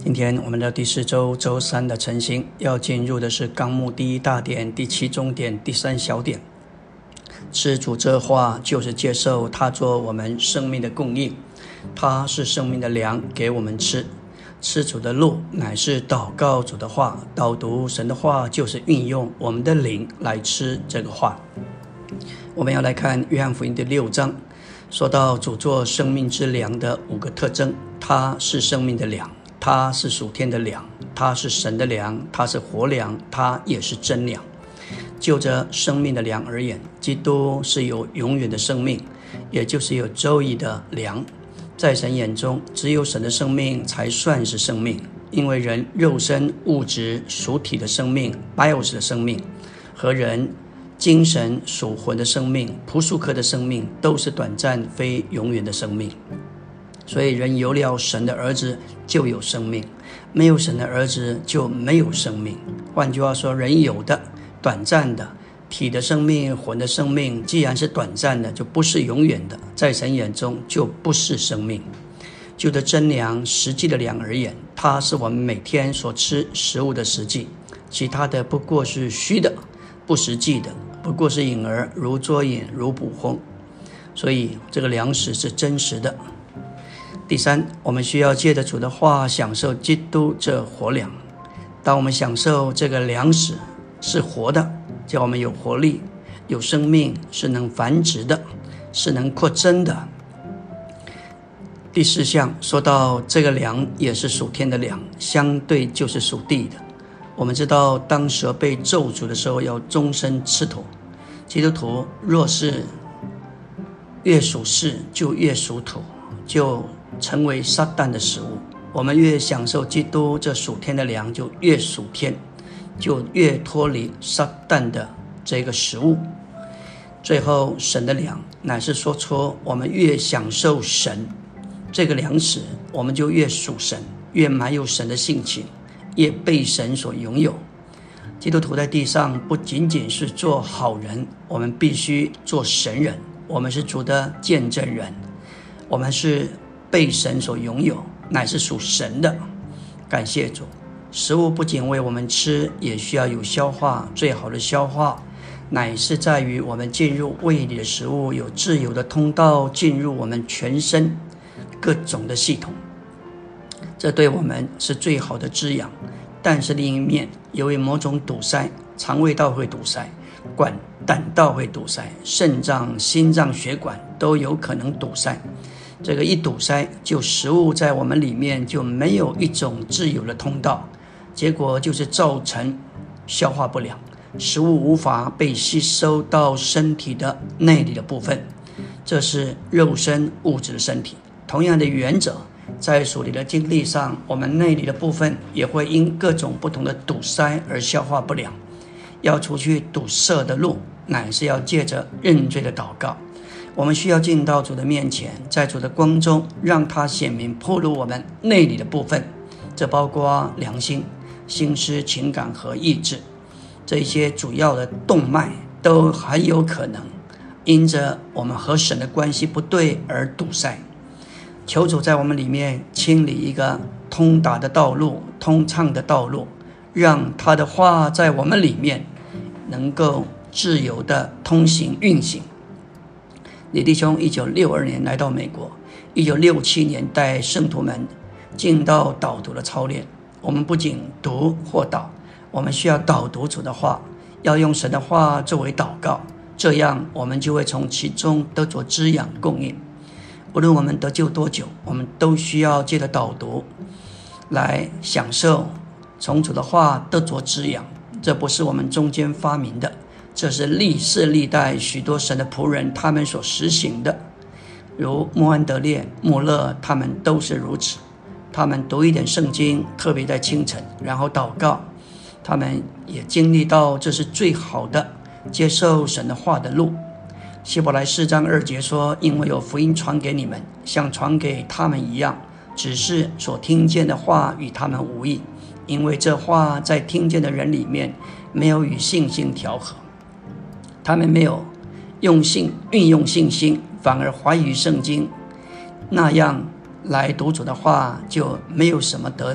今天我们的第4周周3的晨星要进入的是纲目第1大点、第7中点、第3小点。吃主这话，就是接受他做我们生命的供应，他是生命的粮，给我们吃。吃主的路乃是祷告主的话，导读神的话，就是运用我们的灵来吃这个话。我们要来看约翰福音第6章，说到主做生命之粮的5个特征。他是生命的粮，他是属天的粮，他是神的粮，他是活粮，他也是真粮。就着生命的粮而言，基督是有永远的生命，也就是有周易的粮。在神眼中，只有神的生命才算是生命，因为人肉身物质属体的生命 bios 的生命和人精神属魂的生命朴素科的生命都是短暂非永远的生命。所以人有了神的儿子就有生命，没有神的儿子就没有生命。换句话说，人有的短暂的体的生命魂的生命，既然是短暂的，就不是永远的，在神眼中就不是生命。就着真粮实际的粮而言，它是我们每天所吃食物的实际，其他的不过是虚的不实际的，不过是影儿，如捉影如捕风。所以这个粮食是真实的。第3，我们需要借着主的话享受基督这活粮。当我们享受这个粮食是活的，叫我们有活力有生命，是能繁殖的，是能扩增的。第4项说到这个粮也是属天的粮，相对就是属地的。我们知道当蛇被咒诅的时候要终身吃土，基督徒若是越属世就越属土，就成为撒旦的食物。我们越享受基督这属天的粮，就越属天，就越脱离撒旦的这个食物。最后神的粮乃是说出我们越享受神这个粮食，我们就越属神，越满有神的性情，越被神所拥有。基督徒在地上不仅仅是做好人，我们必须做神人，我们是主的见证人，我们是被神所拥有，乃是属神的。感谢主，食物不仅为我们吃，也需要有消化。最好的消化乃是在于我们进入胃里的食物有自由的通道进入我们全身各种的系统，这对我们是最好的滋养。但是另一面，由于某种堵塞，肠胃道会堵塞，胆道会堵塞，肾脏心脏血管都有可能堵塞。这个一堵塞，就食物在我们里面就没有一种自由的通道，结果就是造成消化不良，食物无法被吸收到身体的内里的部分。这是肉身物质的身体。同样的原则，在属灵的经历上，我们内里的部分也会因各种不同的堵塞而消化不良。要除去堵塞的路，乃是要借着认罪的祷告。我们需要进到主的面前，在主的光中让他显明暴露我们内里的部分，这包括良心、心思、情感和意志。这些主要的动脉都很有可能因着我们和神的关系不对而堵塞。求主在我们里面清理一个通达的道路，通畅的道路，让他的话在我们里面能够自由的通行运行。李弟兄1962年来到美国，1967年带圣徒们进到导读的操练。我们不仅读或导，我们需要导读主的话，要用神的话作为祷告，这样我们就会从其中得着滋养供应。无论我们得救多久，我们都需要借着导读来享受从主的话得着滋养。这不是我们中间发明的，这是历世历代许多神的仆人他们所实行的，如穆安德烈、穆勒，他们都是如此。他们读一点圣经，特别在清晨，然后祷告，他们也经历到这是最好的接受神的话的路。希伯来4章2节说，因为有福音传给你们，像传给他们一样，只是所听见的话与他们无益，因为这话在听见的人里面没有与信心调和，他们没有运用信心，反而怀疑圣经，那样来读主的话就没有什么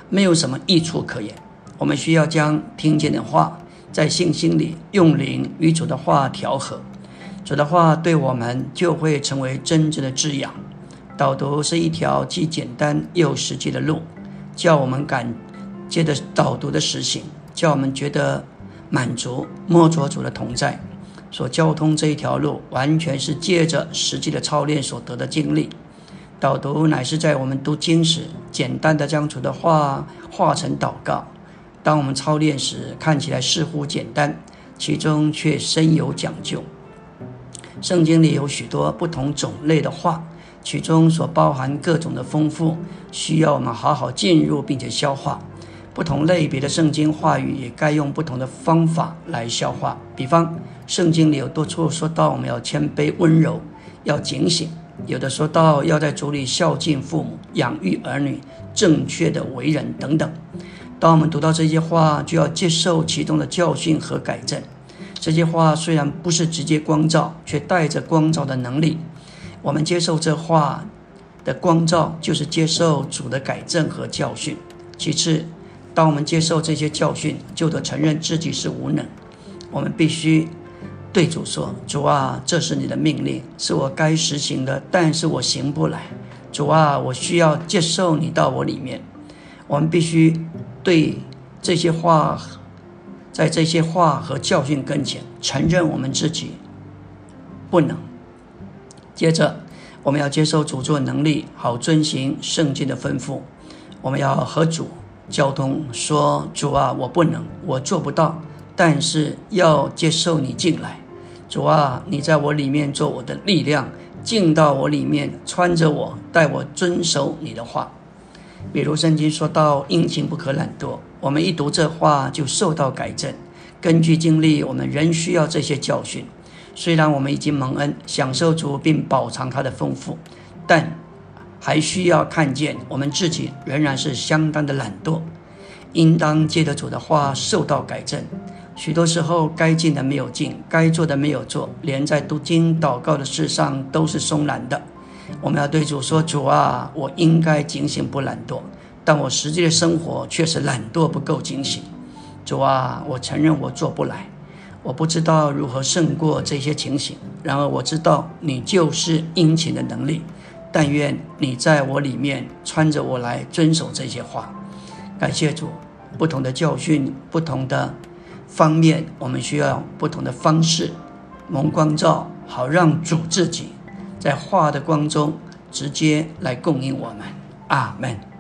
没有什么益处可言。我们需要将听见的话在信心里用灵与主的话调和，主的话对我们就会成为真正的滋养。导读是一条既简单又实际的路，叫我们敢借着导读的实行，叫我们觉得满足，摸着主的同在。所交通这一条路完全是借着实际的操练所得的经历。导读乃是在我们读经时简单的将主的话化成祷告。当我们操练时，看起来似乎简单，其中却深有讲究。圣经里有许多不同种类的话，其中所包含各种的丰富，需要我们好好进入并且消化。不同类别的圣经话语也该用不同的方法来消化。比方，圣经里有多处说到我们要谦卑温柔，要警醒，有的说到要在主里孝敬父母，养育儿女，正确的为人等等。当我们读到这些话，就要接受其中的教训和改正。这些话虽然不是直接光照，却带着光照的能力。我们接受这话的光照，就是接受主的改正和教训。其次，当我们接受这些教训，就得承认自己是无能。我们必须对主说：主啊，这是你的命令，是我该实行的，但是我行不来。主啊，我需要接受你到我里面。我们必须对这些话，在这些话和教训跟前，承认我们自己不能。接着，我们要接受主作能力，好遵行圣经的吩咐。我们要和主交通，说：主啊，我不能，我做不到，但是要接受你进来。主啊，你在我里面做我的力量，进到我里面，穿着我，带我遵守你的话。比如圣经说到殷勤不可懒惰，我们一读这话就受到改正。根据经历，我们仍需要这些教训。虽然我们已经蒙恩，享受主并饱尝他的丰富，但还需要看见我们自己仍然是相当的懒惰，应当借着主的话受到改正。许多时候该尽的没有尽，该做的没有做，连在读经祷告的事上都是松懒的。我们要对主说：主啊，我应该警醒不懒惰，但我实际的生活却是懒惰不够警醒。主啊，我承认我做不来，我不知道如何胜过这些情形，然而我知道你就是殷勤的能力。但愿你在我里面穿着我来遵守这些话。感谢主，不同的教训，不同的方面，我们需要不同的方式蒙光照，好让主自己在话的光中直接来供应我们。阿们。